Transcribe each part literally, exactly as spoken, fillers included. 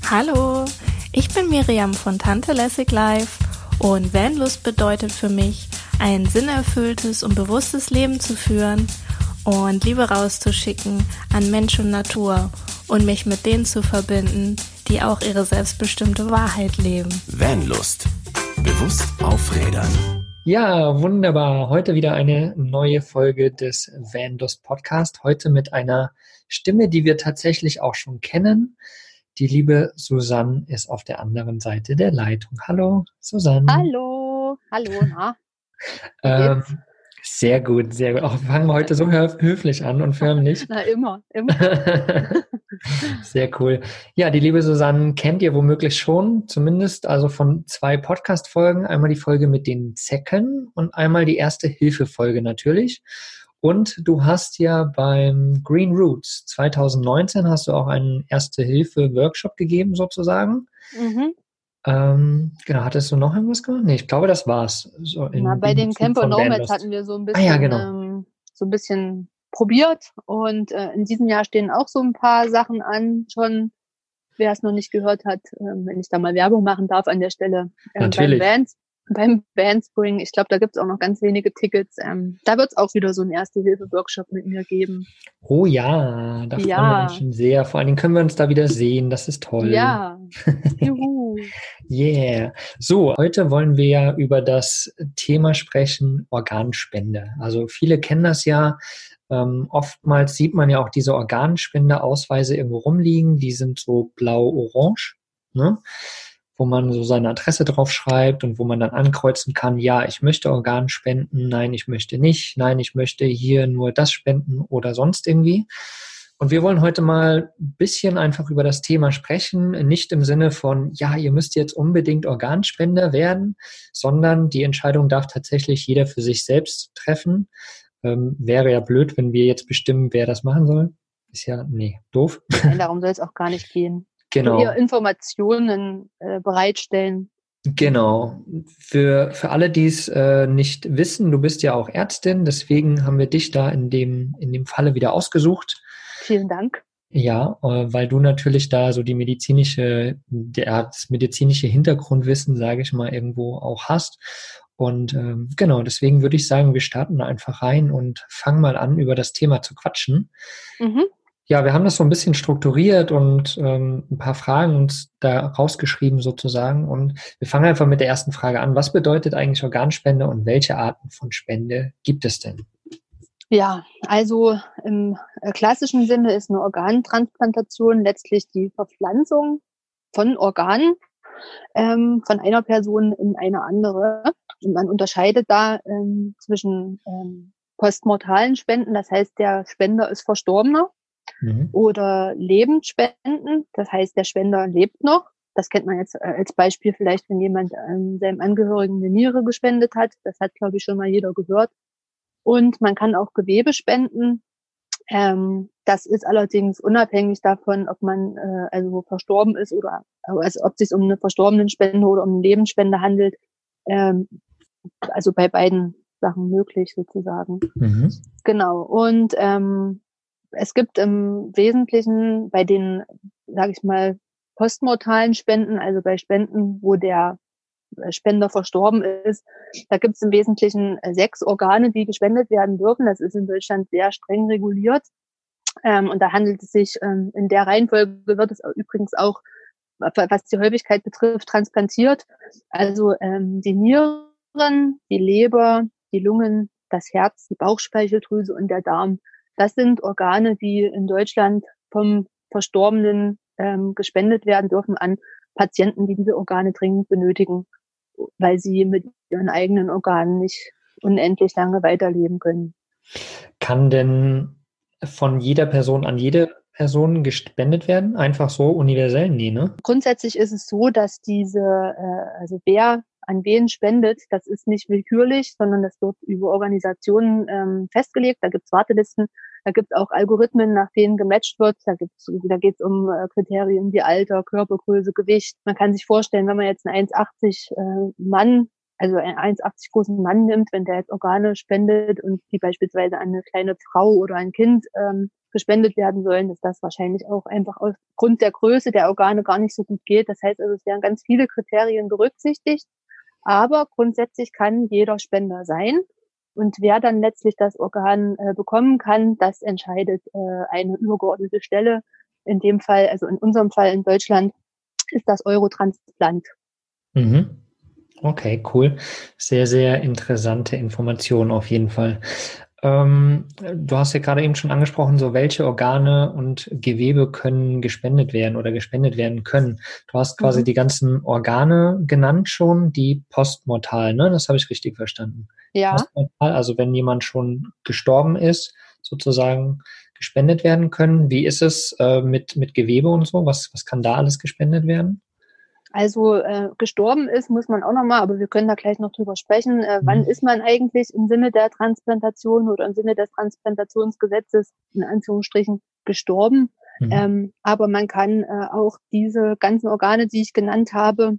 Hallo, ich bin Miriam von Tante Lässig Life und Vanlust bedeutet für mich, ein sinnerfülltes und bewusstes Leben zu führen und Liebe rauszuschicken an Mensch und Natur und mich mit denen zu verbinden, die auch ihre selbstbestimmte Wahrheit leben. Vanlust. Bewusst aufrädern. Ja, wunderbar. Heute wieder eine neue Folge des Vanlust Podcast. Heute mit einer Stimme, die wir tatsächlich auch schon kennen. Die liebe Susanne ist auf der anderen Seite der Leitung. Hallo, Susanne. Hallo, hallo, na? ähm, sehr gut, sehr gut. Auch fangen wir heute so hö- höflich an und förmlich. Na, immer, immer. Sehr cool. Ja, die liebe Susanne kennt ihr womöglich schon, zumindest also von zwei Podcast-Folgen. Einmal die Folge mit den Zecken und einmal die Erste-Hilfe-Folge natürlich. Und du hast ja beim Green Roots zwanzig neunzehn hast du auch einen Erste-Hilfe-Workshop gegeben sozusagen. Mhm. Ähm, genau, hattest du noch irgendwas gemacht? Nee, ich glaube, das war's. So in, Na, bei den Camper Nomads Vanlust. hatten wir so ein Ah, bisschen, ja, genau. ähm, so ein bisschen probiert und äh, in diesem Jahr stehen auch so ein paar Sachen an schon. Wer es noch nicht gehört hat, ähm, wenn ich da mal Werbung machen darf an der Stelle. Ähm, Natürlich. Beim Vans, beim Vanspring, ich glaube, da gibt es auch noch ganz wenige Tickets. Ähm, da wird es auch wieder so einen Erste-Hilfe-Workshop mit mir geben. Oh ja, da freuen Ja. wir uns schon sehr. Vor allen Dingen können wir uns da wieder sehen. Das ist toll. Ja, juhu. Yeah. So, heute wollen wir ja über das Thema sprechen, Organspende. Also viele kennen das ja. Ähm, oftmals sieht man ja auch diese Organspendeausweise irgendwo rumliegen. Die sind so blau-orange, ne? Wo man so seine Adresse drauf schreibt und wo man dann ankreuzen kann, ja, ich möchte Organ spenden, nein, ich möchte nicht, nein, ich möchte hier nur das spenden oder sonst irgendwie. Und wir wollen heute mal ein bisschen einfach über das Thema sprechen, nicht im Sinne von, ja, ihr müsst jetzt unbedingt Organspender werden, sondern die Entscheidung darf tatsächlich jeder für sich selbst treffen. Ähm, wäre ja blöd, wenn wir jetzt bestimmen, wer das machen soll. Ist ja, nee, doof. Nein, darum soll es auch gar nicht gehen. Genau. So eher Informationen äh, bereitstellen. Genau. Für, für alle, die es äh, nicht wissen, du bist ja auch Ärztin, deswegen haben wir dich da in dem, in dem Falle wieder ausgesucht. Vielen Dank. Ja, äh, weil du natürlich da so die medizinische, der, das medizinische Hintergrundwissen, sage ich mal, irgendwo auch hast. Und ähm, genau, deswegen würde ich sagen, wir starten da einfach rein und fangen mal an, über das Thema zu quatschen. Mhm. Ja, wir haben das so ein bisschen strukturiert und ähm, ein paar Fragen uns da rausgeschrieben sozusagen. Und wir fangen einfach mit der ersten Frage an. Was bedeutet eigentlich Organspende und welche Arten von Spende gibt es denn? Ja, also im äh, klassischen Sinne ist eine Organtransplantation letztlich die Verpflanzung von Organen ähm, von einer Person in eine andere. Und man unterscheidet da ähm, zwischen ähm, postmortalen Spenden, das heißt, der Spender ist Verstorbener, Mhm. oder Lebensspenden, das heißt, der Spender lebt noch. Das kennt man jetzt äh, als Beispiel vielleicht, wenn jemand ähm, seinem Angehörigen eine Niere gespendet hat. Das hat, glaube ich, schon mal jeder gehört. Und man kann auch Gewebe spenden. Ähm, das ist allerdings unabhängig davon, ob man äh, also verstorben ist oder also ob es sich um eine Verstorbenen-Spende oder um eine Lebensspende handelt. Ähm, also bei beiden Sachen möglich sozusagen. Mhm. Genau. Und ähm, es gibt im Wesentlichen bei den, sage ich mal, postmortalen Spenden, also bei Spenden, wo der Spender verstorben ist, da gibt es im Wesentlichen sechs Organe, die gespendet werden dürfen. Das ist in Deutschland sehr streng reguliert. Ähm, und da handelt es sich, ähm, in der Reihenfolge wird es übrigens auch, was die Häufigkeit betrifft, transplantiert. Also ähm, die Nieren, die Leber, die Lungen, das Herz, die Bauchspeicheldrüse und der Darm. Das sind Organe, die in Deutschland vom Verstorbenen ähm, gespendet werden dürfen an Patienten, die diese Organe dringend benötigen, weil sie mit ihren eigenen Organen nicht unendlich lange weiterleben können. Kann denn von jeder Person an jede Person gespendet werden? Einfach so universell? Nee, ne? Grundsätzlich ist es so, dass diese, äh, also wer an wen spendet, das ist nicht willkürlich, sondern das wird über Organisationen ähm, festgelegt. Da gibt es Wartelisten, da gibt es auch Algorithmen, nach denen gematcht wird. Da gibt's, da geht es um äh, Kriterien wie Alter, Körpergröße, Gewicht. Man kann sich vorstellen, wenn man jetzt einen eins Komma achtzig äh, Mann also einen eins Komma achtzig großen Mann nimmt, wenn der jetzt Organe spendet und die beispielsweise an eine kleine Frau oder ein Kind ähm, gespendet werden sollen, dass das wahrscheinlich auch einfach aufgrund der Größe der Organe gar nicht so gut geht. Das heißt also, es werden ganz viele Kriterien berücksichtigt, aber grundsätzlich kann jeder Spender sein. Und wer dann letztlich das Organ äh, bekommen kann, das entscheidet äh, eine übergeordnete Stelle. In dem Fall, also in unserem Fall in Deutschland, ist das Eurotransplant. Mhm. Okay, cool. Sehr, sehr interessante Informationen auf jeden Fall. Ähm, du hast ja gerade eben schon angesprochen, so welche Organe und Gewebe können gespendet werden oder gespendet werden können. Du hast quasi Mhm. die ganzen Organe genannt schon, die postmortal, ne? Das habe ich richtig verstanden. Ja. Postmortal, also wenn jemand schon gestorben ist, sozusagen gespendet werden können. Wie ist es äh, mit, mit Gewebe und so? Was, was kann da alles gespendet werden? Also äh, gestorben ist, muss man auch nochmal, aber wir können da gleich noch drüber sprechen. Äh, Mhm. Wann ist man eigentlich im Sinne der Transplantation oder im Sinne des Transplantationsgesetzes in Anführungsstrichen gestorben? Mhm. Ähm, aber man kann äh, auch diese ganzen Organe, die ich genannt habe,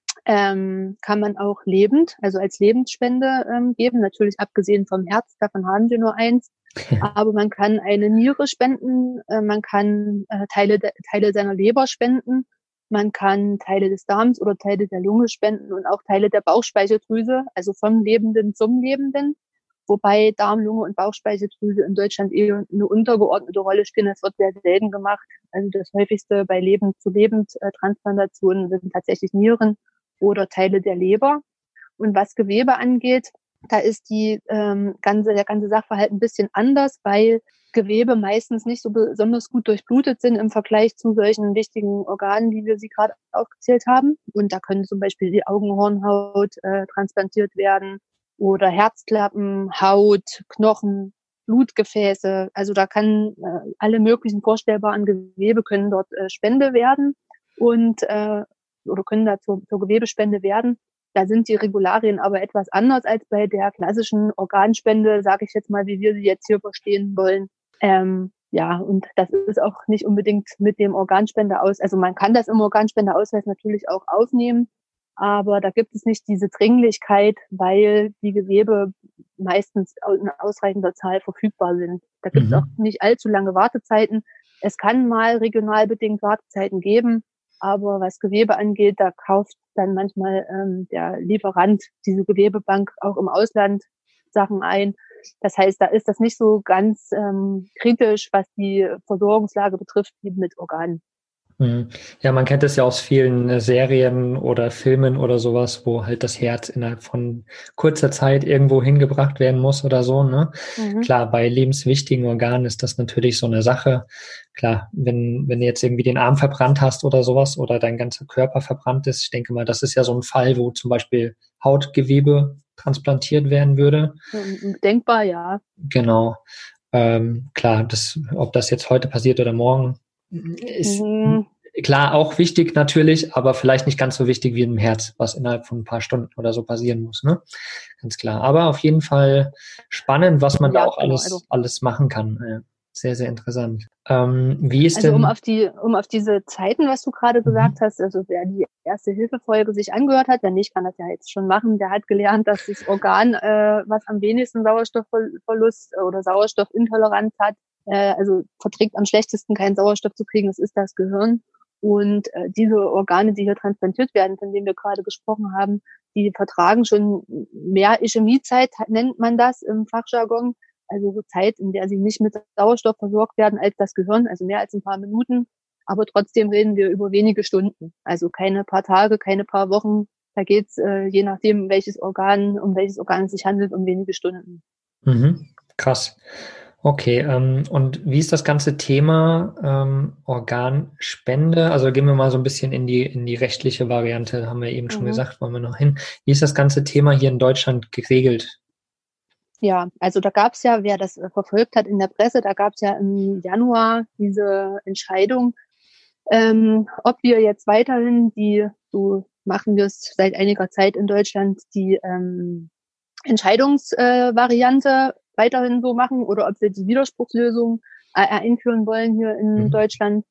ähm, kann man auch lebend, also als Lebensspende ähm, geben. Natürlich abgesehen vom Herz, davon haben wir nur eins. Aber man kann eine Niere spenden, äh, man kann äh, Teile, de, Teile seiner Leber spenden. Man kann Teile des Darms oder Teile der Lunge spenden und auch Teile der Bauchspeicheldrüse, also vom Lebenden zum Lebenden. Wobei Darm, Lunge und Bauchspeicheldrüse in Deutschland eher eine untergeordnete Rolle spielen. Das wird sehr selten gemacht. Also das häufigste bei Lebend zu Lebend äh, Transplantationen sind tatsächlich Nieren oder Teile der Leber. Und was Gewebe angeht, da ist die ähm, ganze der ganze Sachverhalt ein bisschen anders, weil Gewebe meistens nicht so besonders gut durchblutet sind im Vergleich zu solchen wichtigen Organen, wie wir sie gerade aufgezählt haben. Und da können zum Beispiel die Augenhornhaut äh, transplantiert werden oder Herzklappen, Haut, Knochen, Blutgefäße. Also da kann äh, alle möglichen vorstellbaren Gewebe können dort äh, Spende werden und äh, oder können da zur, zur Gewebespende werden. Da sind die Regularien aber etwas anders als bei der klassischen Organspende, sage ich jetzt mal, wie wir sie jetzt hier verstehen wollen. Ähm, ja, und das ist auch nicht unbedingt mit dem Organspendeausweis. Also man kann das im Organspendeausweis natürlich auch aufnehmen, aber da gibt es nicht diese Dringlichkeit, weil die Gewebe meistens in ausreichender Zahl verfügbar sind. Da gibt es Mhm. auch nicht allzu lange Wartezeiten. Es kann mal regional bedingt Wartezeiten geben, aber was Gewebe angeht, da kauft dann manchmal ähm, der Lieferant diese Gewebebank auch im Ausland Sachen ein. Das heißt, da ist das nicht so ganz ähm, kritisch, was die Versorgungslage betrifft, wie mit Organen. Ja, man kennt es ja aus vielen Serien oder Filmen oder sowas, wo halt das Herz innerhalb von kurzer Zeit irgendwo hingebracht werden muss oder so, ne? Mhm. Klar, bei lebenswichtigen Organen ist das natürlich so eine Sache. Klar, wenn, wenn du jetzt irgendwie den Arm verbrannt hast oder sowas oder dein ganzer Körper verbrannt ist, ich denke mal, das ist ja so ein Fall, wo zum Beispiel Hautgewebe transplantiert werden würde. Denkbar, ja. Genau. Ähm, klar, das, ob das jetzt heute passiert oder morgen, ist Mhm. klar auch wichtig natürlich, aber vielleicht nicht ganz so wichtig wie im Herz, was innerhalb von ein paar Stunden oder so passieren muss, ne? Ganz klar. Aber auf jeden Fall spannend, was man Ja, da auch genau, alles, also. alles machen kann. Ja, sehr, sehr interessant. Ähm, wie ist Also denn? um auf die, um auf diese Zeiten, was du gerade Mhm. gesagt hast, also wer die Erste-Hilfe-Folge sich angehört hat, wer nicht, kann das ja jetzt schon machen, der hat gelernt, dass das Organ, äh, was am wenigsten Sauerstoffverlust oder Sauerstoffintoleranz hat, äh, also verträgt am schlechtesten keinen Sauerstoff zu kriegen, das ist das Gehirn. Und äh, diese Organe, die hier transplantiert werden, von denen wir gerade gesprochen haben, die vertragen schon mehr Ischämiezeit, nennt man das im Fachjargon. Also so Zeit, in der sie nicht mit Sauerstoff versorgt werden als das Gehirn, also mehr als ein paar Minuten. Aber trotzdem reden wir über wenige Stunden. Also keine paar Tage, keine paar Wochen. Da geht's äh, je nachdem, welches Organ, um welches Organ es sich handelt, um wenige Stunden. Mhm. Krass. Okay, ähm, und wie ist das ganze Thema ähm, Organspende? Also gehen wir mal so ein bisschen in die in die rechtliche Variante, haben wir eben schon Mhm. gesagt, wollen wir noch hin. Wie ist das ganze Thema hier in Deutschland geregelt? Ja, also da gab's ja, wer das äh, verfolgt hat in der Presse, da gab's ja im Januar diese Entscheidung, ähm, ob wir jetzt weiterhin die, so machen wir es seit einiger Zeit in Deutschland, die ähm, Entscheidungsvariante äh, weiterhin so machen oder ob wir die Widerspruchslösung äh, einführen wollen hier in Mhm. Deutschland.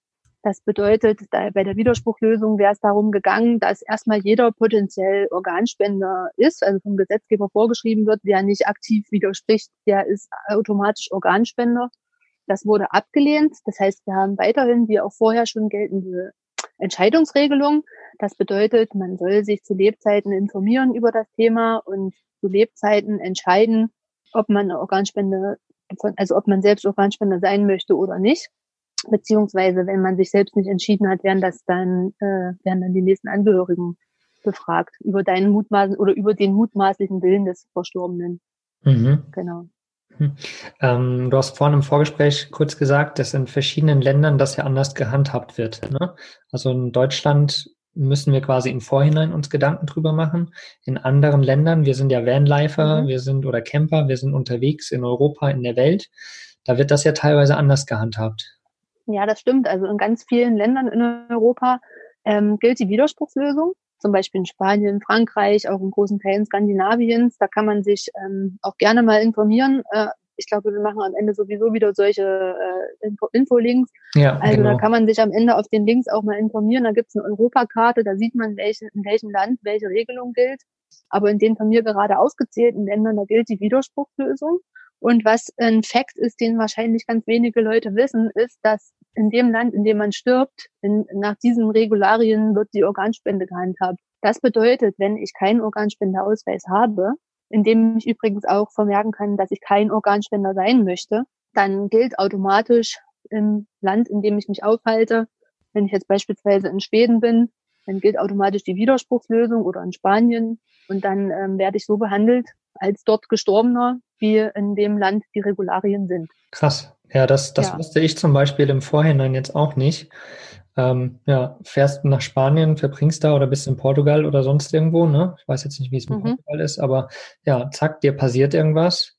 Das bedeutet, da bei der Widerspruchlösung wäre es darum gegangen, dass erstmal jeder potenziell Organspender ist, also vom Gesetzgeber vorgeschrieben wird, wer nicht aktiv widerspricht, der ist automatisch Organspender. Das wurde abgelehnt. Das heißt, wir haben weiterhin die auch vorher schon geltende Entscheidungsregelung. Das bedeutet, man soll sich zu Lebzeiten informieren über das Thema und zu Lebzeiten entscheiden, ob man eine Organspende, also ob man selbst Organspender sein möchte oder nicht. Beziehungsweise, wenn man sich selbst nicht entschieden hat, werden das dann, äh, werden dann die nächsten Angehörigen befragt über deinen mutmaßen oder über den mutmaßlichen Willen des Verstorbenen. Mhm. Genau. Mhm. Ähm, du hast vorhin im Vorgespräch kurz gesagt, dass in verschiedenen Ländern das ja anders gehandhabt wird, ne? Also in Deutschland müssen wir quasi im Vorhinein uns Gedanken drüber machen. In anderen Ländern, wir sind ja Vanlifer, mhm. wir sind oder Camper, wir sind unterwegs in Europa, in der Welt. Da wird das ja teilweise anders gehandhabt. Ja, das stimmt. Also in ganz vielen Ländern in Europa ähm, gilt die Widerspruchslösung. Zum Beispiel in Spanien, Frankreich, auch in großen Teilen Skandinaviens. Da kann man sich ähm, auch gerne mal informieren. Äh, ich glaube, wir machen am Ende sowieso wieder solche äh, Info- Infolinks. Ja, also genau. Da kann man sich am Ende auf den Links auch mal informieren. Da gibt es eine Europakarte, da sieht man, welche, in welchem Land welche Regelung gilt. Aber in den von mir gerade ausgezählten Ländern, da gilt die Widerspruchslösung. Und was ein Fakt ist, den wahrscheinlich ganz wenige Leute wissen, ist, dass in dem Land, in dem man stirbt, in, nach diesen Regularien wird die Organspende gehandhabt. Das bedeutet, wenn ich keinen Organspendeausweis habe, in dem ich übrigens auch vermerken kann, dass ich kein Organspender sein möchte, dann gilt automatisch im Land, in dem ich mich aufhalte, wenn ich jetzt beispielsweise in Schweden bin, dann gilt automatisch die Widerspruchslösung oder in Spanien und dann ähm, werde ich so behandelt als dort Gestorbener, wie in dem Land die Regularien sind. Krass. Ja, das, das Ja. wusste ich zum Beispiel im Vorhinein jetzt auch nicht. Ähm, ja, fährst nach Spanien, verbringst da oder bist in Portugal oder sonst irgendwo, ne? Ich weiß jetzt nicht, wie es in Mhm. Portugal ist, aber ja, zack, dir passiert irgendwas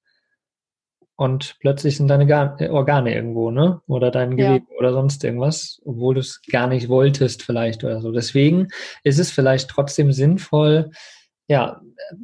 und plötzlich sind deine Gar- Organe irgendwo, ne? Oder dein Gewebe Ja. oder sonst irgendwas, obwohl du es gar nicht wolltest vielleicht oder so. Deswegen ist es vielleicht trotzdem sinnvoll, ja,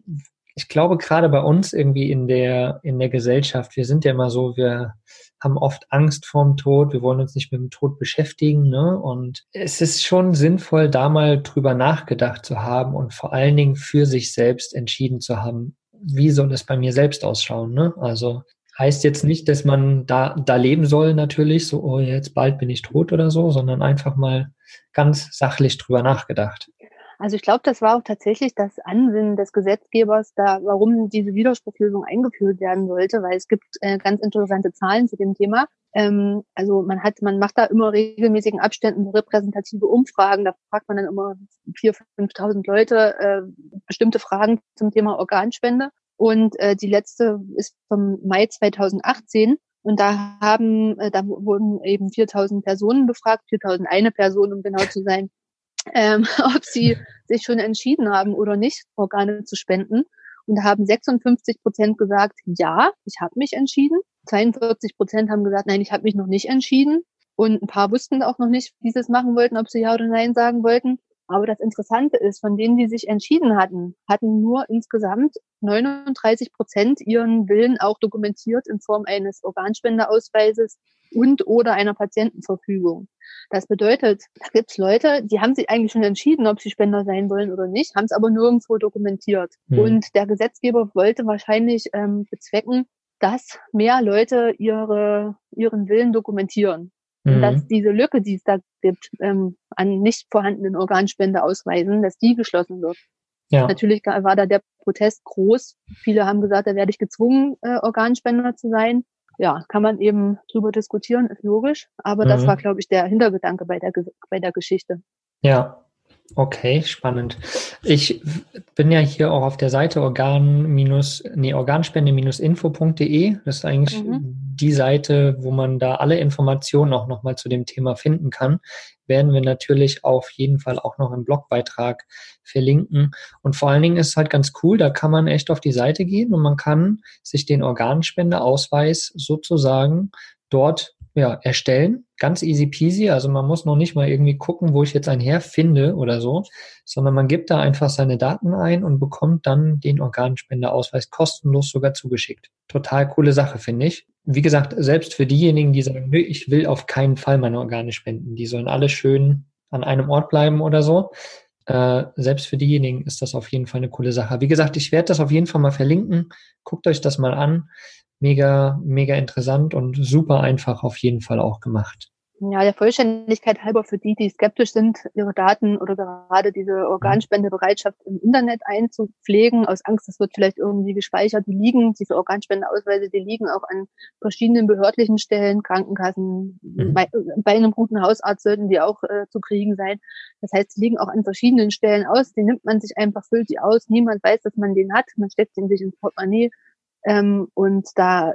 ich glaube, gerade bei uns irgendwie in der, in der Gesellschaft, wir sind ja immer so, wir haben oft Angst vorm Tod, wir wollen uns nicht mit dem Tod beschäftigen, ne? Und es ist schon sinnvoll, da mal drüber nachgedacht zu haben und vor allen Dingen für sich selbst entschieden zu haben, wie soll es bei mir selbst ausschauen, ne? Also heißt jetzt nicht, dass man da, da leben soll natürlich, so, oh, jetzt bald bin ich tot oder so, sondern einfach mal ganz sachlich drüber nachgedacht. Also ich glaube, das war auch tatsächlich das Ansinnen des Gesetzgebers, da, warum diese Widerspruchslösung eingeführt werden sollte, weil es gibt äh, ganz interessante Zahlen zu dem Thema. Ähm, also man hat, man macht da immer regelmäßigen Abständen repräsentative Umfragen. Da fragt man dann immer viertausend, fünftausend Leute äh, bestimmte Fragen zum Thema Organspende. Und äh, die letzte ist vom Mai zweitausendachtzehn. Und da haben, äh, da wurden eben viertausend Personen befragt, viertausendeine Person, um genau zu sein. Ähm, ob sie sich schon entschieden haben oder nicht, Organe zu spenden. Und da haben sechsundfünfzig Prozent gesagt, ja, ich habe mich entschieden. zweiundvierzig Prozent haben gesagt, nein, ich habe mich noch nicht entschieden. Und ein paar wussten auch noch nicht, wie sie es machen wollten, ob sie ja oder nein sagen wollten. Aber das Interessante ist, von denen, die sich entschieden hatten, hatten nur insgesamt neununddreißig Prozent ihren Willen auch dokumentiert in Form eines Organspendeausweises und oder einer Patientenverfügung. Das bedeutet, da gibt's Leute, die haben sich eigentlich schon entschieden, ob sie Spender sein wollen oder nicht, haben es aber nirgendwo dokumentiert. Mhm. Und der Gesetzgeber wollte wahrscheinlich ähm, bezwecken, dass mehr Leute ihre ihren Willen dokumentieren. Mhm. Und dass diese Lücke, die es da gibt, ähm, an nicht vorhandenen Organspendeausweisen, dass die geschlossen wird. Ja. Natürlich war da der Protest groß. Viele haben gesagt, da werde ich gezwungen, äh, Organspender zu sein. Ja, kann man eben drüber diskutieren, ist logisch. Aber mhm. das war, glaube ich, der Hintergedanke bei der, bei der Geschichte. Ja, okay, spannend. Ich bin ja hier auch auf der Seite organ- nee, organspende info punkt de. Das ist eigentlich mhm. die Seite, wo man da alle Informationen auch nochmal zu dem Thema finden kann. Werden wir natürlich auf jeden Fall auch noch im Blogbeitrag verlinken. Und vor allen Dingen ist es halt ganz cool, da kann man echt auf die Seite gehen und man kann sich den Organspendeausweis sozusagen dort ja, erstellen. Ganz easy peasy. Also man muss noch nicht mal irgendwie gucken, wo ich jetzt einen herfinde oder so, sondern man gibt da einfach seine Daten ein und bekommt dann den Organspendeausweis kostenlos sogar zugeschickt. Total coole Sache, finde ich. wie gesagt, selbst für diejenigen, die sagen, nö, ich will auf keinen Fall meine Organe spenden, die sollen alle schön an einem Ort bleiben oder so. Äh, selbst für diejenigen ist das auf jeden Fall eine coole Sache. Wie gesagt, ich werde das auf jeden Fall mal verlinken. Guckt euch das mal an. Mega, mega interessant und super einfach auf jeden Fall auch gemacht. Ja, der Vollständigkeit halber für die, die skeptisch sind, ihre Daten oder gerade diese Organspendebereitschaft im Internet einzupflegen, aus Angst, das wird vielleicht irgendwie gespeichert, die liegen, diese Organspendeausweise, die liegen auch an verschiedenen behördlichen Stellen, Krankenkassen, mhm. bei, bei einem guten Hausarzt sollten die auch äh, zu kriegen sein. Das heißt, die liegen auch an verschiedenen Stellen aus, die nimmt man sich einfach, füllt die aus, niemand weiß, dass man den hat, man steckt ihn sich ins Portemonnaie. Ähm, und da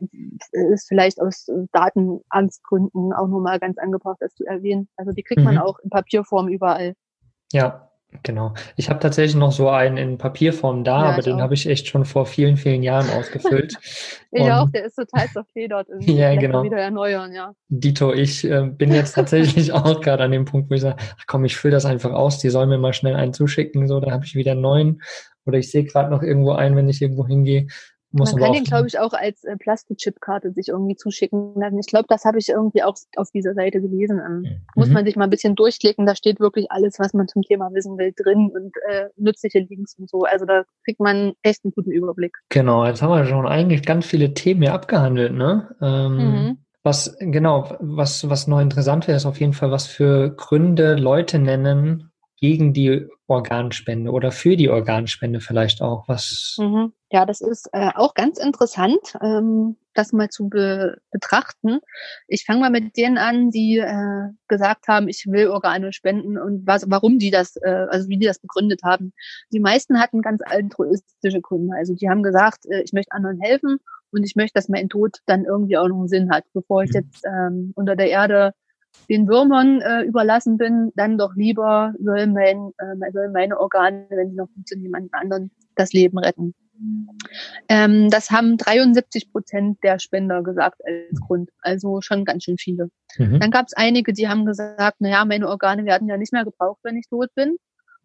äh, ist vielleicht aus äh, Datenangstgründen auch nochmal ganz angebracht, das zu erwähnen. Also die kriegt mhm. man auch in Papierform überall. Ja, genau. Ich habe tatsächlich noch so einen in Papierform da, ja, aber den habe ich echt schon vor vielen, vielen Jahren ausgefüllt. ich und, auch, der ist total zerfedert. Ja, genau. Wieder erneuern, ja. Dito, ich äh, bin jetzt tatsächlich auch gerade an dem Punkt, wo ich sage, ach komm, ich fülle das einfach aus, die sollen mir mal schnell einen zuschicken, so, dann habe ich wieder einen neuen. Oder ich sehe gerade noch irgendwo einen, wenn ich irgendwo hingehe. Muss Man kann den, glaube ich, auch als äh, Plastikchipkarte sich irgendwie zuschicken lassen. Ich glaube, das habe ich irgendwie auch auf dieser Seite gelesen. Ähm, mhm. Muss man sich mal ein bisschen durchklicken. Da steht wirklich alles, was man zum Thema wissen will, drin und äh, nützliche Links und so. Also da kriegt man echt einen guten Überblick. Genau, jetzt haben wir schon eigentlich ganz viele Themen hier abgehandelt, ne? Ähm, mhm. Was, genau, was, was noch interessant wäre, ist auf jeden Fall, was für Gründe Leute nennen gegen die Organspende oder für die Organspende vielleicht auch. Was? Mhm. Ja, das ist äh, auch ganz interessant, ähm, das mal zu be- betrachten. Ich fange mal mit denen an, die äh, gesagt haben, ich will Organe spenden und was, warum die das, äh, also wie die das begründet haben. Die meisten hatten ganz altruistische Gründe. Also die haben gesagt, äh, ich möchte anderen helfen und ich möchte, dass mein Tod dann irgendwie auch noch einen Sinn hat, bevor ich mhm. jetzt ähm, unter der Erde den Würmern äh, überlassen bin, dann doch lieber soll mein, äh, sollen meine Organe, wenn sie noch funktionieren, jemand anderen das Leben retten. Ähm, das haben dreiundsiebzig Prozent der Spender gesagt als Grund, also schon ganz schön viele. Mhm. Dann gab es einige, die haben gesagt, naja, meine Organe werden ja nicht mehr gebraucht, wenn ich tot bin.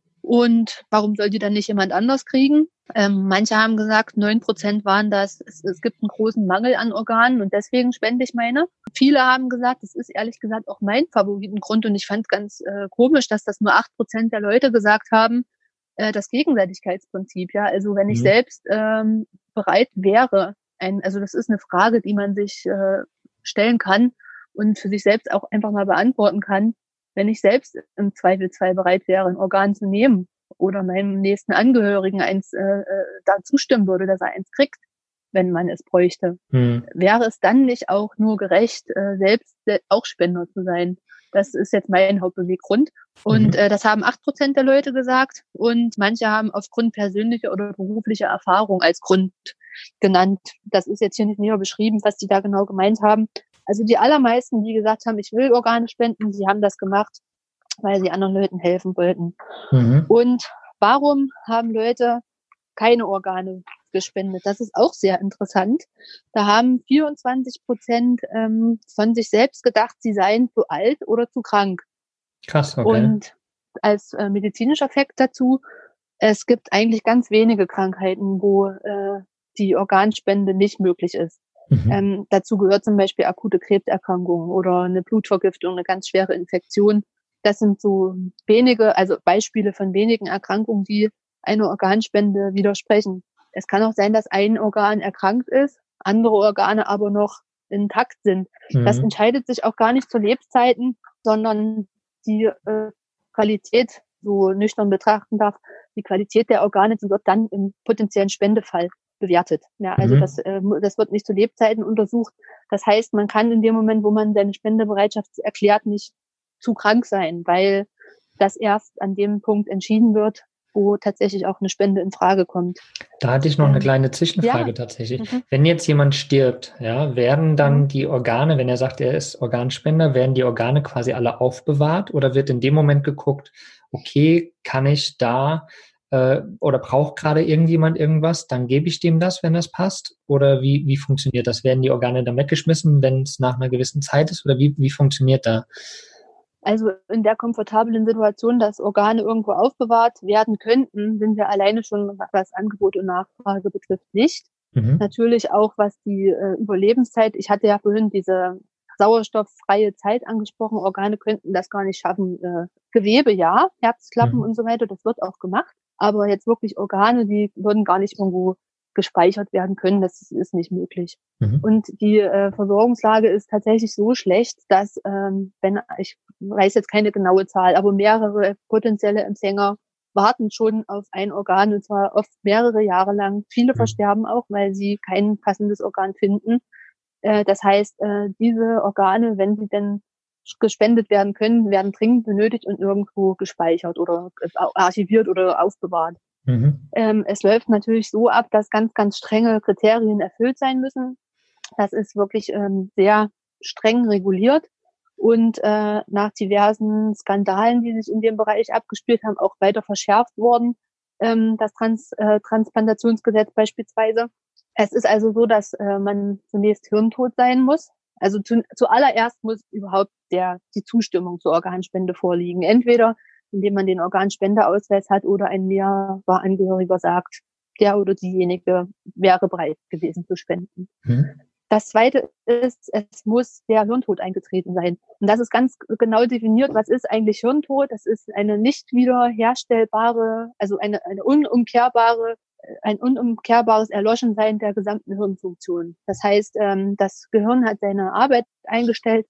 Und warum soll die dann nicht jemand anders kriegen? Ähm, manche haben gesagt, neun Prozent waren das, es, es gibt einen großen Mangel an Organen und deswegen spende ich meine. Viele haben gesagt, das ist ehrlich gesagt auch mein Favoritengrund und ich fand ganz äh, komisch, dass das nur acht Prozent der Leute gesagt haben, äh, das Gegenseitigkeitsprinzip. Ja, also wenn ich mhm. selbst ähm, bereit wäre, ein, also das ist eine Frage, die man sich äh, stellen kann und für sich selbst auch einfach mal beantworten kann. Wenn ich selbst im Zweifelsfall bereit wäre, ein Organ zu nehmen oder meinem nächsten Angehörigen eins äh, da zustimmen würde, dass er eins kriegt, wenn man es bräuchte, hm. wäre es dann nicht auch nur gerecht, äh, selbst äh, auch Spender zu sein? Das ist jetzt mein Hauptbeweggrund. Und mhm. äh, das haben acht Prozent der Leute gesagt und manche haben aufgrund persönlicher oder beruflicher Erfahrung als Grund genannt. Das ist jetzt hier nicht näher beschrieben, was die da genau gemeint haben. Also die allermeisten, die gesagt haben, ich will Organe spenden, sie haben das gemacht, weil sie anderen Leuten helfen wollten. Mhm. Und warum haben Leute keine Organe gespendet? Das ist auch sehr interessant. Da haben vierundzwanzig Prozent ähm, von sich selbst gedacht, sie seien zu alt oder zu krank. Krass, okay. Und als äh, medizinischer Fakt dazu, es gibt eigentlich ganz wenige Krankheiten, wo äh, die Organspende nicht möglich ist. Mhm. Ähm, dazu gehört zum Beispiel akute Krebserkrankungen oder eine Blutvergiftung, eine ganz schwere Infektion. Das sind so wenige, also Beispiele von wenigen Erkrankungen, die eine Organspende widersprechen. Es kann auch sein, dass ein Organ erkrankt ist, andere Organe aber noch intakt sind. Mhm. Das entscheidet sich auch gar nicht zu Lebzeiten, sondern die äh, Qualität, so nüchtern betrachten darf, die Qualität der Organe, die wird dann im potenziellen Spendefall bewertet. Ja, also mhm. das, äh, das wird nicht zu Lebzeiten untersucht. Das heißt, man kann in dem Moment, wo man seine Spendebereitschaft erklärt, nicht zu krank sein, weil das erst an dem Punkt entschieden wird, wo tatsächlich auch eine Spende in Frage kommt. Da hatte ich noch ähm, eine kleine Zwischenfrage ja. tatsächlich. Mhm. Wenn jetzt jemand stirbt, ja, werden dann mhm. die Organe, wenn er sagt, er ist Organspender, werden die Organe quasi alle aufbewahrt oder wird in dem Moment geguckt, okay, kann ich da äh, oder braucht gerade irgendjemand irgendwas, dann gebe ich dem das, wenn das passt? Oder wie, wie funktioniert das? Werden die Organe dann weggeschmissen, wenn es nach einer gewissen Zeit ist? Oder wie, wie funktioniert da? Also in der komfortablen Situation, dass Organe irgendwo aufbewahrt werden könnten, sind wir alleine schon, was Angebot und Nachfrage betrifft, nicht. Mhm. Natürlich auch, was die äh, Überlebenszeit, ich hatte ja vorhin diese sauerstofffreie Zeit angesprochen, Organe könnten das gar nicht schaffen. Äh, Gewebe, ja, Herzklappen Mhm. und so weiter, das wird auch gemacht. Aber jetzt wirklich Organe, die würden gar nicht irgendwo gespeichert werden können, das ist, ist nicht möglich. Mhm. Und die äh, Versorgungslage ist tatsächlich so schlecht, dass, ähm, wenn, ich weiß jetzt keine genaue Zahl, aber mehrere potenzielle Empfänger warten schon auf ein Organ, und zwar oft mehrere Jahre lang. Viele Mhm. versterben auch, weil sie kein passendes Organ finden. Äh, das heißt, äh, diese Organe, wenn sie denn gespendet werden können, werden dringend benötigt und irgendwo gespeichert oder archiviert oder aufbewahrt. Mhm. Ähm, es läuft natürlich so ab, dass ganz, ganz strenge Kriterien erfüllt sein müssen. Das ist wirklich ähm, sehr streng reguliert und äh, nach diversen Skandalen, die sich in dem Bereich abgespielt haben, auch weiter verschärft worden, ähm, das Trans, äh, Transplantationsgesetz beispielsweise. Es ist also so, dass äh, man zunächst hirntot sein muss. Also zu, zuallererst muss überhaupt der die Zustimmung zur Organspende vorliegen. Entweder indem man den Organspendeausweis hat oder ein näherer Angehöriger sagt, der oder diejenige wäre bereit gewesen zu spenden. Mhm. Das Zweite ist, es muss der Hirntod eingetreten sein. Und das ist ganz genau definiert, was ist eigentlich Hirntod? Das ist eine nicht wiederherstellbare, also eine, eine unumkehrbare, ein unumkehrbares Erloschensein der gesamten Hirnfunktion. Das heißt, das Gehirn hat seine Arbeit eingestellt.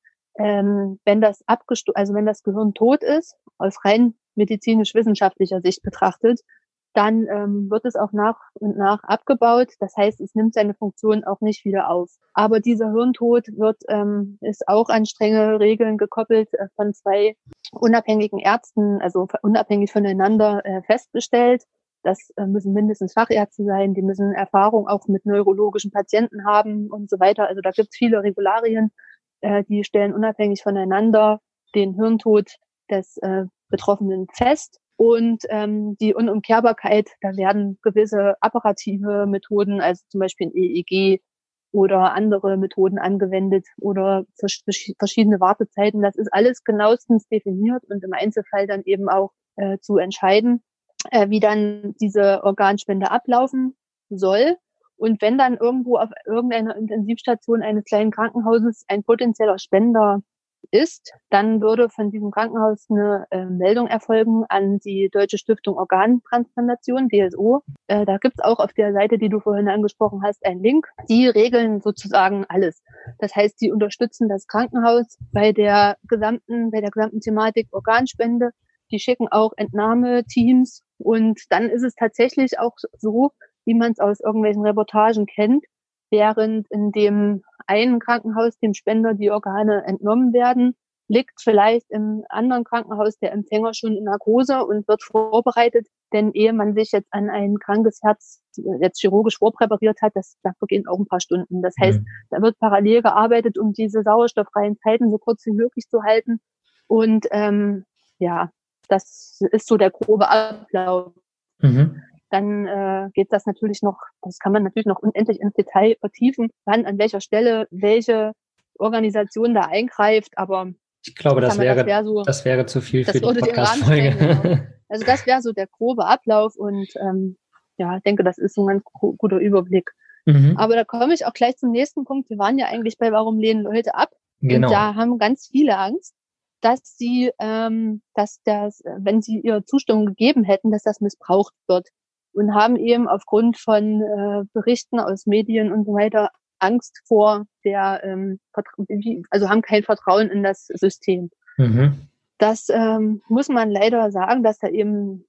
Wenn das abgesto- also wenn das Gehirn tot ist, aus rein medizinisch-wissenschaftlicher Sicht betrachtet, dann ähm, wird es auch nach und nach abgebaut. Das heißt, es nimmt seine Funktion auch nicht wieder auf. Aber dieser Hirntod wird ähm, ist auch an strenge Regeln gekoppelt äh, von zwei unabhängigen Ärzten, also unabhängig voneinander äh, festgestellt. Das äh, müssen mindestens Fachärzte sein, die müssen Erfahrung auch mit neurologischen Patienten haben und so weiter. Also da gibt es viele Regularien, äh, die stellen unabhängig voneinander den Hirntod des äh, Betroffenen fest. Und ähm, die Unumkehrbarkeit, da werden gewisse apparative Methoden, also zum Beispiel ein E E G oder andere Methoden angewendet oder verschiedene Wartezeiten. Das ist alles genauestens definiert und im Einzelfall dann eben auch äh, zu entscheiden, äh, wie dann diese Organspende ablaufen soll. Und wenn dann irgendwo auf irgendeiner Intensivstation eines kleinen Krankenhauses ein potenzieller Spender ist, dann würde von diesem Krankenhaus eine äh, Meldung erfolgen an die Deutsche Stiftung Organtransplantation, D S O. Äh, da gibt's auch auf der Seite, die du vorhin angesprochen hast, einen Link. Die regeln sozusagen alles. Das heißt, die unterstützen das Krankenhaus bei der gesamten, bei der gesamten Thematik Organspende. Die schicken auch Entnahmeteams und dann ist es tatsächlich auch so, wie man es aus irgendwelchen Reportagen kennt, während in dem einen Krankenhaus dem Spender die Organe entnommen werden, liegt vielleicht im anderen Krankenhaus der Empfänger schon in Narkose und wird vorbereitet, denn ehe man sich jetzt an ein krankes Herz jetzt chirurgisch vorpräpariert hat, das, das vergehen auch ein paar Stunden. Das heißt, mhm. da wird parallel gearbeitet, um diese sauerstofffreien Zeiten so kurz wie möglich zu halten. Und ähm, ja, das ist so der grobe Ablauf. Mhm. Dann äh, geht das natürlich noch, das kann man natürlich noch unendlich ins Detail vertiefen, wann, an welcher Stelle, welche Organisation da eingreift, aber ich glaube, das, wäre, das, wär so, das wäre zu viel für die Podcast-Folge. Genau. Also das wäre so der grobe Ablauf und ähm, ja, ich denke, das ist ein ganz guter Überblick. Mhm. Aber da komme ich auch gleich zum nächsten Punkt. Wir waren ja eigentlich bei Warum lehnen Leute ab? Genau. Und da haben ganz viele Angst, dass sie, ähm, dass das, wenn sie ihre Zustimmung gegeben hätten, dass das missbraucht wird. Und haben eben aufgrund von äh, Berichten aus Medien und so weiter Angst vor der, ähm, also haben kein Vertrauen in das System. Mhm. Das ähm, muss man leider sagen, dass da eben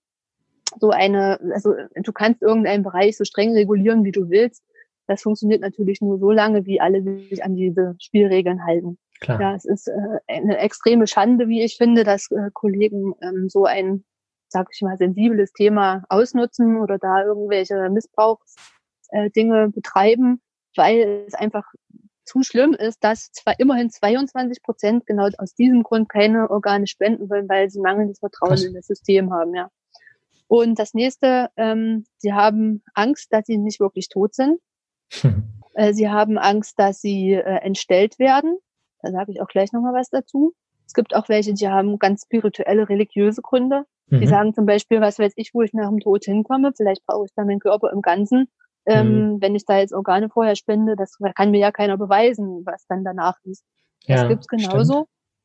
so eine, also du kannst irgendeinen Bereich so streng regulieren, wie du willst. Das funktioniert natürlich nur so lange, wie alle sich an diese Spielregeln halten. Klar. Ja, es ist äh, eine extreme Schande, wie ich finde, dass äh, Kollegen ähm, so ein, sag ich mal, sensibles Thema ausnutzen oder da irgendwelche Missbrauchsdinge äh, betreiben, weil es einfach zu schlimm ist, dass zwar immerhin zweiundzwanzig Prozent genau aus diesem Grund keine Organe spenden wollen, weil sie mangelndes Vertrauen Krass. in das System haben, ja. Und das nächste, ähm, sie haben Angst, dass sie nicht wirklich tot sind. Hm. Äh, sie haben Angst, dass sie äh, entstellt werden. Da sage ich auch gleich nochmal was dazu. Es gibt auch welche, die haben ganz spirituelle, religiöse Gründe. Die mhm. sagen zum Beispiel, was weiß ich, wo ich nach dem Tod hinkomme. Vielleicht brauche ich dann meinen Körper im Ganzen. Ähm, Mhm. wenn ich da jetzt Organe vorher spende, das kann mir ja keiner beweisen, was dann danach ist. Das Ja, gibt's stimmt. genauso.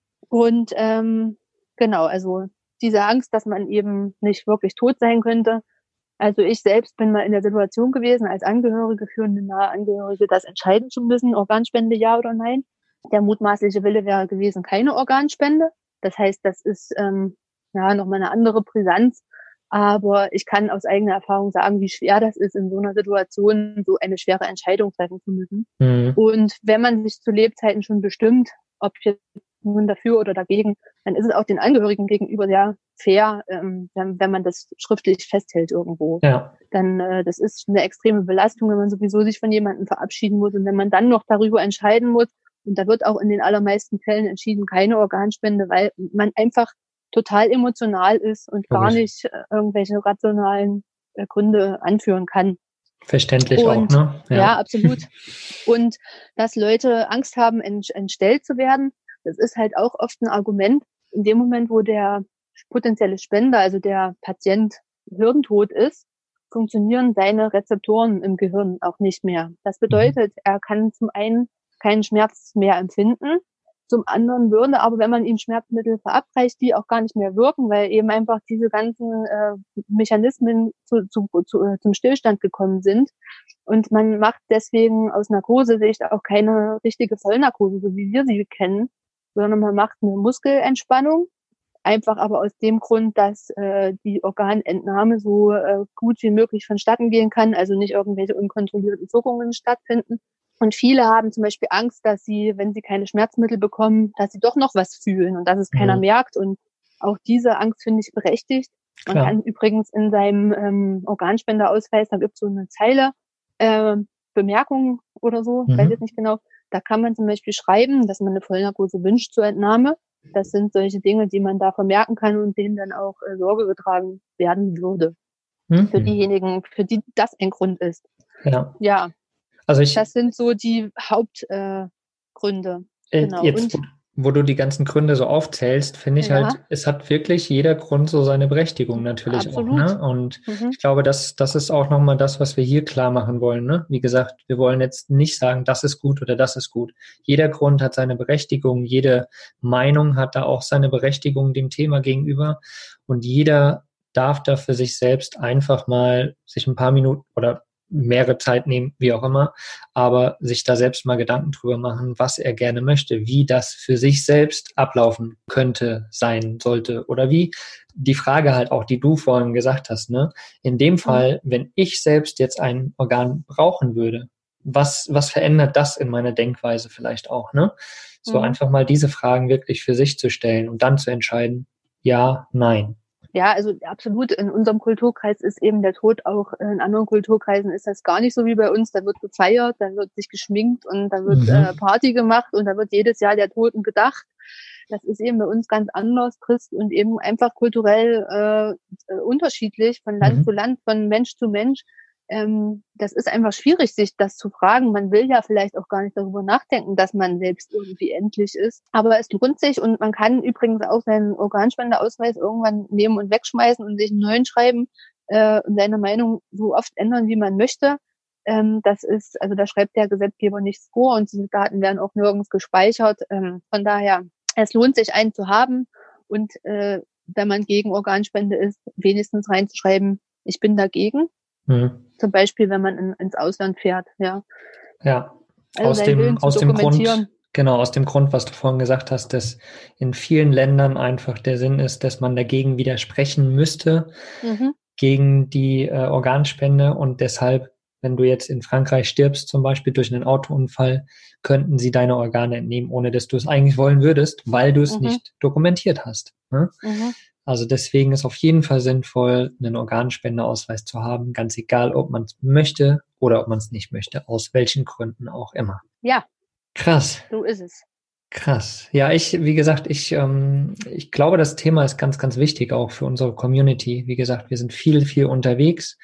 Und ähm, genau, also diese Angst, dass man eben nicht wirklich tot sein könnte. Also ich selbst bin mal in der Situation gewesen, als Angehörige, führende nahe Angehörige, das entscheiden zu müssen, Organspende ja oder nein. Der mutmaßliche Wille wäre gewesen, keine Organspende. Das heißt, das ist ähm, ja nochmal eine andere Brisanz. Aber ich kann aus eigener Erfahrung sagen, wie schwer das ist, in so einer Situation so eine schwere Entscheidung treffen zu müssen. Mhm. Und wenn man sich zu Lebzeiten schon bestimmt, ob jetzt nun dafür oder dagegen, dann ist es auch den Angehörigen gegenüber sehr fair, ähm, wenn, wenn man das schriftlich festhält irgendwo. Ja. Dann äh, das ist eine extreme Belastung, wenn man sowieso sich von jemandem verabschieden muss und wenn man dann noch darüber entscheiden muss. Und da wird auch in den allermeisten Fällen entschieden, keine Organspende, weil man einfach total emotional ist und gar Logisch. nicht äh, irgendwelche rationalen äh, Gründe anführen kann. Verständlich auch, Und ne? ja, absolut. Und dass Leute Angst haben, ent, entstellt zu werden, das ist halt auch oft ein Argument. In dem Moment, wo der potenzielle Spender, also der Patient, hirntot ist, funktionieren seine Rezeptoren im Gehirn auch nicht mehr. Das bedeutet, er kann zum einen keinen Schmerz mehr empfinden, zum anderen würde aber, wenn man ihm Schmerzmittel verabreicht, die auch gar nicht mehr wirken, weil eben einfach diese ganzen äh, Mechanismen zu, zu, zu, äh, zum Stillstand gekommen sind. Und man macht deswegen aus Narkosesicht auch keine richtige Vollnarkose, so wie wir sie kennen, sondern man macht eine Muskelentspannung. Einfach aber aus dem Grund, dass äh, die Organentnahme so äh, gut wie möglich vonstatten gehen kann, also nicht irgendwelche unkontrollierten Zuckungen stattfinden. Und viele haben zum Beispiel Angst, dass sie, wenn sie keine Schmerzmittel bekommen, dass sie doch noch was fühlen und dass es keiner Mhm. merkt. Und auch diese Angst finde ich berechtigt. Man Klar. kann übrigens in seinem ähm, Organspenderausweis, da gibt es so eine Zeile, äh, Bemerkungen oder so, Mhm. ich weiß jetzt nicht genau, da kann man zum Beispiel schreiben, dass man eine Vollnarkose wünscht zur Entnahme. Das sind solche Dinge, die man da vermerken kann und denen dann auch äh, Sorge getragen werden würde. Mhm. Für diejenigen, für die das ein Grund ist. Ja. Ja, Also ich, das sind so die Hauptgründe. Äh, Gründe. äh, Genau. jetzt, Und wo, wo du die ganzen Gründe so aufzählst, finde ich ja, halt, es hat wirklich jeder Grund so seine Berechtigung natürlich auch, absolut. ne? Und Mhm. ich glaube, das, das ist auch nochmal das, was wir hier klar machen wollen, ne? Wie gesagt, wir wollen jetzt nicht sagen, das ist gut oder das ist gut. Jeder Grund hat seine Berechtigung, jede Meinung hat da auch seine Berechtigung dem Thema gegenüber und jeder darf da für sich selbst einfach mal sich ein paar Minuten oder mehrere Zeit nehmen, wie auch immer, aber sich da selbst mal Gedanken drüber machen, was er gerne möchte, wie das für sich selbst ablaufen könnte, sein sollte oder wie die Frage halt auch, die du vorhin gesagt hast, ne? In dem Fall, wenn ich selbst jetzt ein Organ brauchen würde, was, was verändert das in meiner Denkweise vielleicht auch, ne? So Mhm. einfach mal diese Fragen wirklich für sich zu stellen und dann zu entscheiden, ja, nein. Ja, also absolut. In unserem Kulturkreis ist eben der Tod auch, in anderen Kulturkreisen ist das gar nicht so wie bei uns. Da wird gefeiert, da wird sich geschminkt und da wird Mhm. äh, Party gemacht und da wird jedes Jahr der Toten gedacht. Das ist eben bei uns ganz anders, trist und eben einfach kulturell äh, äh, unterschiedlich von Land Mhm. zu Land, von Mensch zu Mensch. Ähm, das ist einfach schwierig, sich das zu fragen. Man will ja vielleicht auch gar nicht darüber nachdenken, dass man selbst irgendwie endlich ist. Aber es lohnt sich und man kann übrigens auch seinen Organspendeausweis irgendwann nehmen und wegschmeißen und sich einen neuen schreiben äh, und seine Meinung so oft ändern, wie man möchte. Ähm, das ist, also da schreibt der Gesetzgeber nichts vor und diese Daten werden auch nirgends gespeichert. Ähm, von daher, es lohnt sich, einen zu haben und äh, wenn man gegen Organspende ist, wenigstens reinzuschreiben, ich bin dagegen. Mhm. Zum Beispiel, wenn man in, ins Ausland fährt, ja. Ja, Also aus seinen Willen dem, zu aus dem dokumentieren. Grund, genau, aus dem Grund, was du vorhin gesagt hast, dass in vielen Ländern einfach der Sinn ist, dass man dagegen widersprechen müsste, Mhm. gegen die äh, Organspende und deshalb, wenn du jetzt in Frankreich stirbst, zum Beispiel durch einen Autounfall, könnten sie deine Organe entnehmen, ohne dass du es eigentlich wollen würdest, weil du es Mhm. nicht dokumentiert hast. Ne? Mhm. Also deswegen ist auf jeden Fall sinnvoll, einen Organspendeausweis zu haben, ganz egal, ob man es möchte oder ob man es nicht möchte, aus welchen Gründen auch immer. Ja, Krass, so ist es. krass. Ja, ich, wie gesagt, ich, ähm, ich glaube, das Thema ist ganz, ganz wichtig auch für unsere Community. Wie gesagt, wir sind viel, viel unterwegs.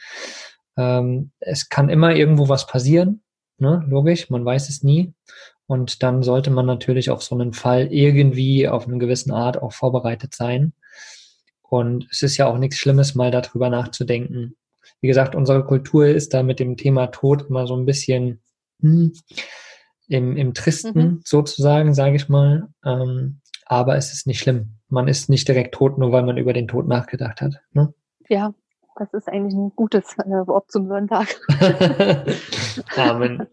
Ähm, es kann immer irgendwo was passieren, ne? Logisch, man weiß es nie. Und dann sollte man natürlich auf so einen Fall irgendwie auf eine gewisse Art auch vorbereitet sein. Und es ist ja auch nichts Schlimmes, mal darüber nachzudenken, Wie gesagt, unsere Kultur ist da mit dem Thema Tod immer so ein bisschen hm, im, im Tristen mhm. sozusagen, sage ich mal. Ähm, aber es ist nicht schlimm. Man ist nicht direkt tot, nur weil man über den Tod nachgedacht hat. Ne? Ja, das ist eigentlich ein gutes äh, Wort zum Sonntag. Amen.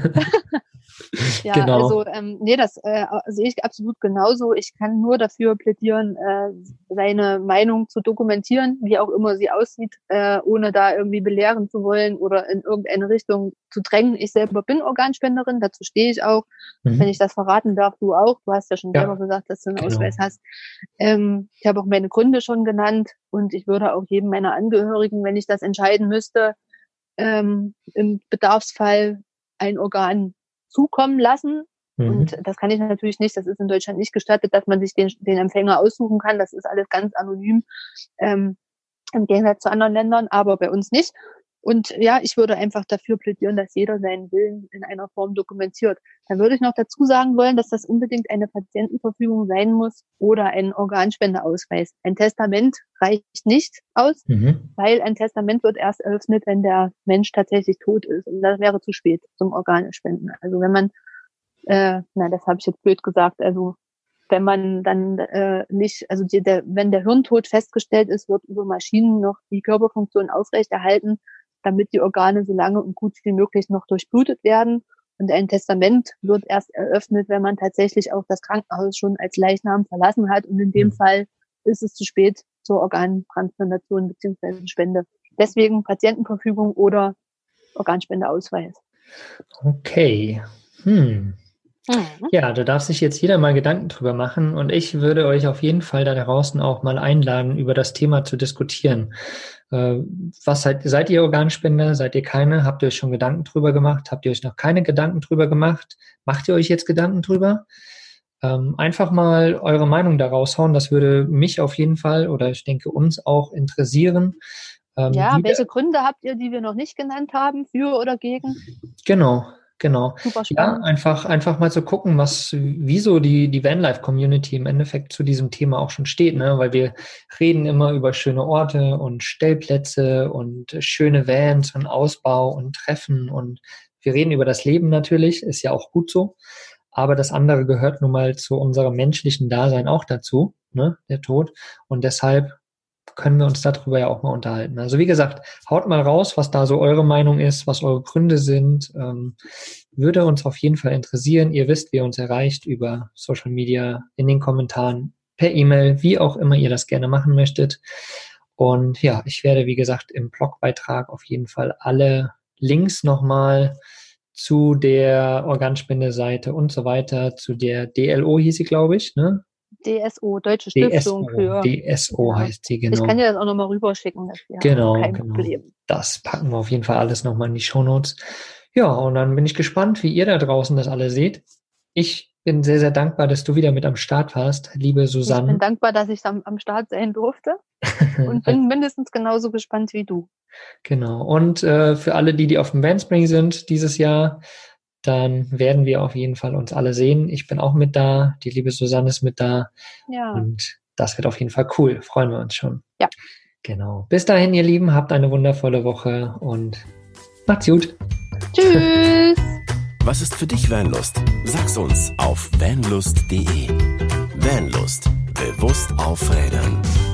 Ja, genau. also ähm, nee, das äh, sehe ich absolut genauso. Ich kann nur dafür plädieren, äh, seine Meinung zu dokumentieren, wie auch immer sie aussieht, äh, ohne da irgendwie belehren zu wollen oder in irgendeine Richtung zu drängen. Ich selber bin Organspenderin, dazu stehe ich auch. Mhm. Wenn ich das verraten darf, du auch. Du hast ja schon ja. selber gesagt, dass du einen genau. Ausweis hast. Ähm, ich habe auch meine Gründe schon genannt und ich würde auch jedem meiner Angehörigen, wenn ich das entscheiden müsste, ähm, im Bedarfsfall ein Organ zukommen lassen. Mhm. Und das kann ich natürlich nicht. Das ist in Deutschland nicht gestattet, dass man sich den, den Empfänger aussuchen kann. Das ist alles ganz anonym, ähm, im Gegensatz zu anderen Ländern, aber bei uns nicht. Und ja, ich würde einfach dafür plädieren, dass jeder seinen Willen in einer Form dokumentiert. Dann würde ich noch dazu sagen wollen, dass das unbedingt eine Patientenverfügung sein muss oder ein Organspendeausweis. Ein Testament reicht nicht aus, mhm. weil ein Testament wird erst eröffnet, wenn der Mensch tatsächlich tot ist. Und das wäre zu spät zum Organspenden. Also wenn man, äh, nein, das habe ich jetzt blöd gesagt, also wenn man dann äh, nicht, also die, der, wenn der Hirntod festgestellt ist, wird über Maschinen noch die Körperfunktion aufrechterhalten, damit die Organe so lange und gut wie möglich noch durchblutet werden. Und ein Testament wird erst eröffnet, wenn man tatsächlich auch das Krankenhaus schon als Leichnam verlassen hat. Und in dem mhm. Fall ist es zu spät zur Organtransplantation bzw. Spende. Deswegen Patientenverfügung oder Organspendeausweis. Okay. Hm. Mhm. Ja, da darf sich jetzt jeder mal Gedanken drüber machen und ich würde euch auf jeden Fall da draußen auch mal einladen, über das Thema zu diskutieren. Äh, was seid, seid ihr Organspender? Seid ihr keine? Habt ihr euch schon Gedanken drüber gemacht? Habt ihr euch noch keine Gedanken drüber gemacht? Macht ihr euch jetzt Gedanken drüber? Ähm, einfach mal eure Meinung da raushauen. Das würde mich auf jeden Fall oder ich denke uns auch interessieren. Ähm, ja, welche der, Gründe habt ihr, die wir noch nicht genannt haben, für oder gegen? Genau. Genau. Ja, einfach, einfach mal zu gucken, was, wieso die, die Vanlife-Community im Endeffekt zu diesem Thema auch schon steht, ne? Weil wir reden immer über schöne Orte und Stellplätze und schöne Vans und Ausbau und Treffen und wir reden über das Leben natürlich, ist ja auch gut so. Aber das andere gehört nun mal zu unserem menschlichen Dasein auch dazu, ne? Der Tod. Und deshalb können wir uns darüber ja auch mal unterhalten. Also wie gesagt, haut mal raus, was da so eure Meinung ist, was eure Gründe sind. Ähm, würde uns auf jeden Fall interessieren. Ihr wisst, wie ihr uns erreicht über Social Media, in den Kommentaren, per E-Mail, wie auch immer ihr das gerne machen möchtet. Und ja, ich werde, wie gesagt, im Blogbeitrag auf jeden Fall alle Links nochmal zu der Organspendeseite und so weiter, zu der D L O hieß sie, glaube ich, ne? D S O, Deutsche Stiftung für... D S O ja. heißt sie, genau. Ich kann dir das auch nochmal rüberschicken. Das wäre genau, kein genau. Problem. Das packen wir auf jeden Fall alles nochmal in die Shownotes. Ja, und dann bin ich gespannt, wie ihr da draußen das alle seht. Ich bin sehr, sehr dankbar, dass du wieder mit am Start warst, liebe Susanne. Ich bin dankbar, dass ich am, am Start sein durfte und bin mindestens genauso gespannt wie du. Genau. Und äh, für alle, die, die auf dem Bandspring sind dieses Jahr, dann werden wir auf jeden Fall uns alle sehen. Ich bin auch mit da, die liebe Susanne ist mit da. Ja. Und das wird auf jeden Fall cool. Freuen wir uns schon. Ja. Genau. Bis dahin, ihr Lieben, habt eine wundervolle Woche und macht's gut. Tschüss. Was ist für dich Vanlust? Sag's uns auf vanlust punkt de. Vanlust. Bewusst aufrädern.